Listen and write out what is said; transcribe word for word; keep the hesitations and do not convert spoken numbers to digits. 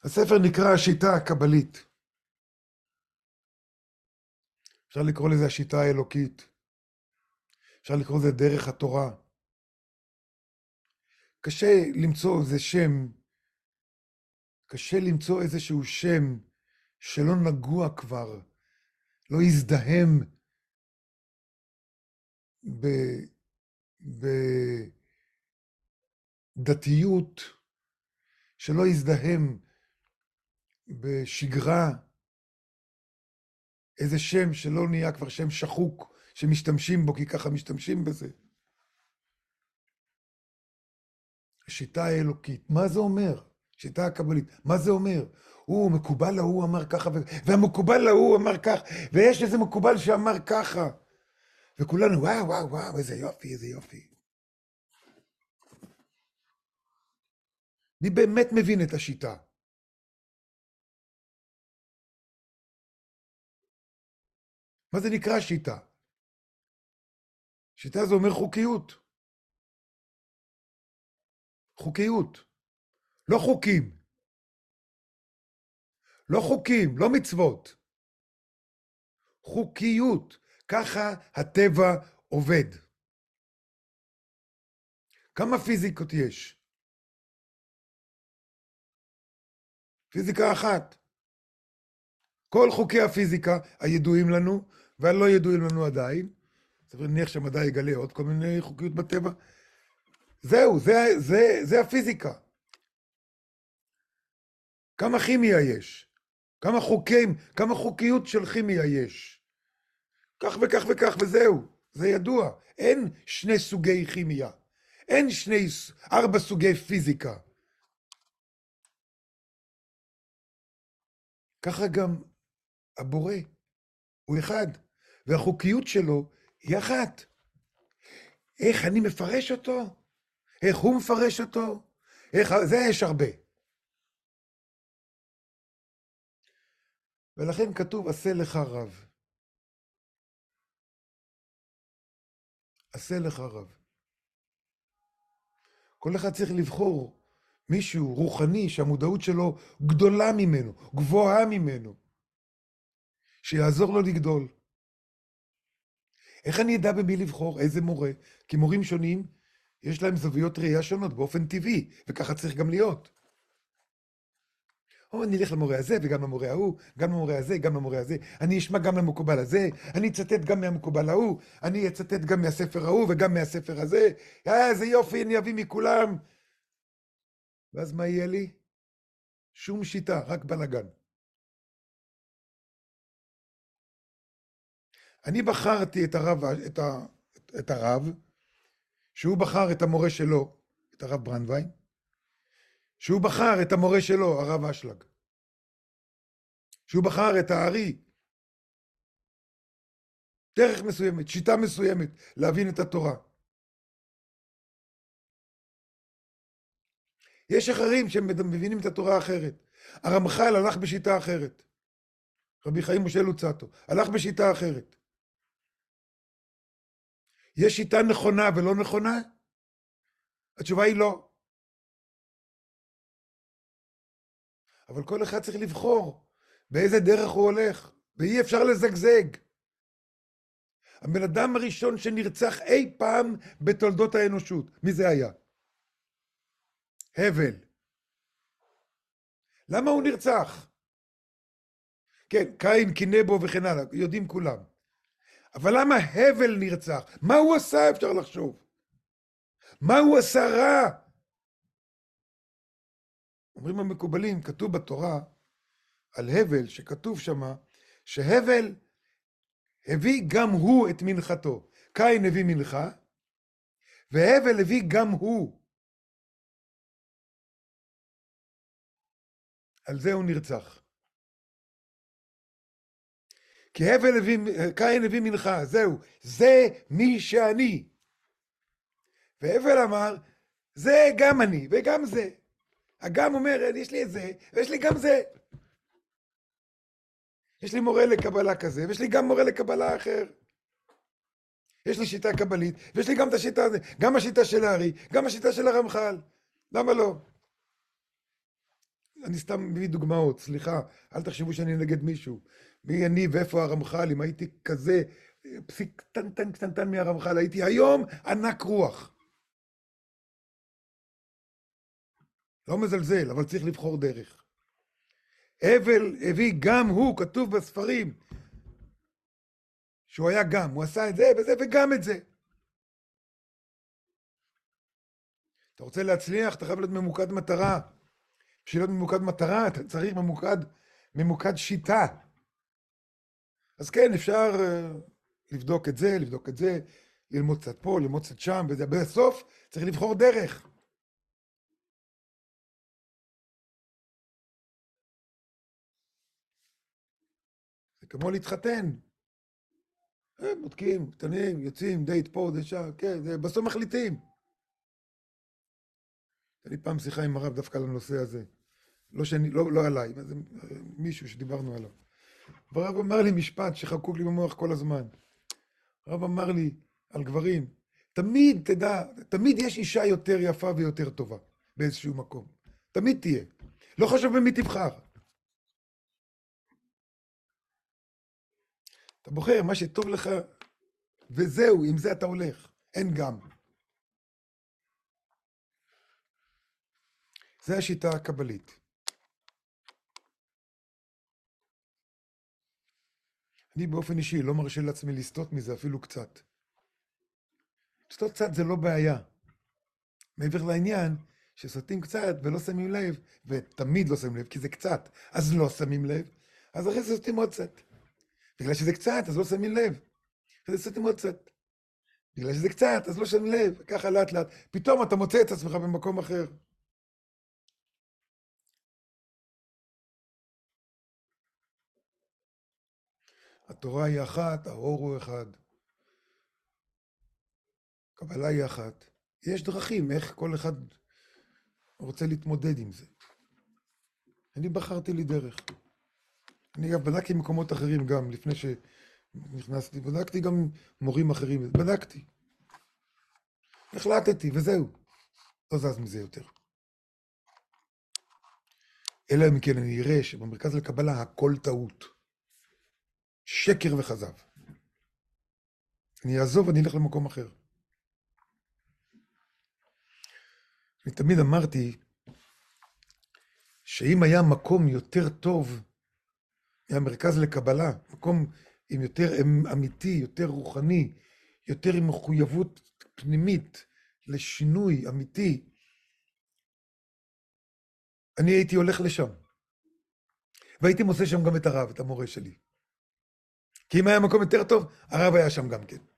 הספר נקרא השיטה הקבלית. אפשר לקרוא לזה השיטה האלוקית. אפשר לקרוא לזה דרך התורה. קשה למצוא איזה שם, קשה למצוא איזשהו שם שלא נגוע כבר, לא יזדהם ב... בדתיות, שלא יזדהם בשגרה, איזה שם שלא נהיה כבר שם שחוק, שמשתמשים בו כי ככה משתמשים בזה. השיטה האלוקית, מה זה אומר? שיטה הקבלית, מה זה אומר? הוא מקובל להוא אמר ככה, והמקובל להוא אמר כך, ויש איזה מקובל שאמר ככה. וכולנו, וואו, וואו, וואו, איזה יופי, איזה יופי. אני באמת מבין את השיטה. מה זה נקרא שיטה? שיטה זה אומר חוקיות. חוקיות. לא חוקים. לא חוקים, לא מצוות. חוקיות. ככה הטבע עובד. כמה פיזיקות יש? פיזיקה אחת. כל חוקי הפיזיקה הידועים לנו, והלא ידועים לנו עדיין, צריך להניח שהמדע יגלה עוד כל מיני חוקיות בטבע, זהו, זה, זה, זה הפיזיקה. כמה כימיה יש? כמה חוקים, כמה חוקיות של כימיה יש? כך וכך וכך וזהו, זה ידוע. אין שני סוגי כימיה, אין שני, ארבע סוגי פיזיקה. ככה גם הבורא הוא אחד, והחוקיות שלו היא אחת. איך אני מפרש אותו? איך הוא מפרש אותו? איך... זה יש הרבה. ולכן כתוב, עשה לך רב. עשה לך רב. כל אחד צריך לבחור מישהו רוחני שהמודעות שלו גדולה ממנו, גבוהה ממנו, שיעזור לו לגדול. איך אני אדע במי לבחור? איזה מורה? כי מורים שונים, יש להם זוויות ראייה שונות באופן טבעי, וככה צריך גם להיות. או אני אלך למורה הזה וגם למורה ההוא, גם למורה הזה, גם למורה הזה, אני אשמע גם למקובל הזה, אני אצטט גם מהמקובל ההוא, אני אצטט גם מהספר ההוא וגם מהספר הזה, אה, איזה יופי, אני אביא מכולם. ואז מה יהיה לי? שום שיטה, רק בלגן. אני בחרתי את הרב, את, ה, את הרב, שהוא בחר את המורה שלו, את הרב ברנדווין, שהוא בחר את המורה שלו, הרב אשלג, שהוא בחר את הארי, דרך מסוימת, שיטה מסוימת, להבין את התורה. יש אחרים שמבינים את התורה אחרת. הרמח"ל הלך בשיטה אחרת. רבי חיים משה לוצאטו, הלך בשיטה אחרת. יש שיטה נכונה ולא נכונה? התשובה היא לא. אבל כל אחד צריך לבחור באיזה דרך הוא הולך, ואי אפשר לזגזג. הבן אדם הראשון שנרצח אי פעם בתולדות האנושות, מי זה היה? הבל. למה הוא נרצח? כן, קין, קינא בו וכן הלאה, יודעים כולם. אבל למה הבל נרצח? מה הוא עשה, אפשר לחשוב? מה הוא עשה רע? אומרים המקובלים, כתוב בתורה על הבל, שכתוב שמה, שהבל הביא גם הוא את מנחתו. קין הביא מנחה, והבל הביא גם הוא. על זה הוא נרצח. כי הבל הביא, קין הביא מנחה, זהו, זה מי שאני. והבל אמר, זה גם אני, וגם זה. הגם אומר, יש לי את זה, ויש לי גם זה. יש לי מורה לקבלה כזה, ויש לי גם מורה לקבלה אחר. יש לי שיטה קבלית, ויש לי גם את השיטה הזאת, גם השיטה של הארי, גם השיטה של הרמח"ל. למה לא? אני סתם מביא דוגמאות, סליחה, אל תחשבו שאני נגד מישהו. מי אני ואיפה הרמח"ל, אם הייתי כזה פסיק קטנטן קטנטן מהרמח"ל, הייתי היום ענק רוח. לא מזלזל, אבל צריך לבחור דרך. הבל הביא גם הוא, כתוב בספרים, שהוא היה גם, הוא עשה את זה וזה וגם את זה. אתה רוצה להצליח, אתה חייב להיות ממוקד מטרה. בשביל להיות ממוקד מטרה, אתה צריך ממוקד, ממוקד שיטה. אז כן, אפשר uh, לבדוק את זה, לבדוק את זה, ללמוד קצת פה, ללמוד קצת שם, וזה, בסוף צריך לבחור דרך. זה כמו להתחתן. הם בודקים, קטנים, יוצאים, דייט פה, דייט שם, כן, זה, בסוף מחליטים. הייתה לי פעם שיחה עם הרב דווקא על הנושא הזה. לא, שאני, לא, לא עליי, זה מישהו שדיברנו עליו. והרב אמר לי משפט שחקוק לי במוח כל הזמן. הרב אמר לי על גברים, תמיד תדע, תמיד יש אישה יותר יפה ויותר טובה באיזשהו מקום. תמיד תהיה. לא חשוב במי תבחר. אתה בוחר מה שטוב לך, וזהו, עם זה אתה הולך. אין גם. זה השיטה הקבלית. אני באופן אישי לא מרשה לעצמי לסטות מזה אפילו קצת. לסטות קצת זה לא בעיה. מעבר לעניין שסטים קצת ולא שמים לב, ותמיד לא שמים לב, כי זה קצת, אז לא שמים לב, אז אחרי זה סטים עוד קצת. בגלל שזה קצת, אז לא שמים לב. אחרי זה סטים עוד קצת. בגלל שזה קצת, אז לא שמים לב. ככה לאט לאט. פתאום אתה מוצא את עצמך במקום אחר. התורה היא אחת, האור הוא אחד. קבלה היא אחת. יש דרכים איך כל אחד רוצה להתמודד עם זה. אני בחרתי לי דרך. אני גם בדקתי מקומות אחרים גם, לפני שנכנסתי, בדקתי גם מורים אחרים, בדקתי. החלטתי, וזהו. לא זז מזה יותר. אלא אם כן אני אראה שבמרכז לקבלה הכל טעות. שקר וחזב. אני אעזוב, אני אלך למקום אחר. אני תמיד אמרתי שאם היה מקום יותר טוב מהמרכז לקבלה, מקום עם יותר אמיתי, יותר רוחני, יותר עם מחויבות פנימית לשינוי אמיתי, אני הייתי הולך לשם. והייתי מוצא שם גם את הרב, את המורה שלי. כי אם היה מקום יותר טוב, הרב היה שם גם כן.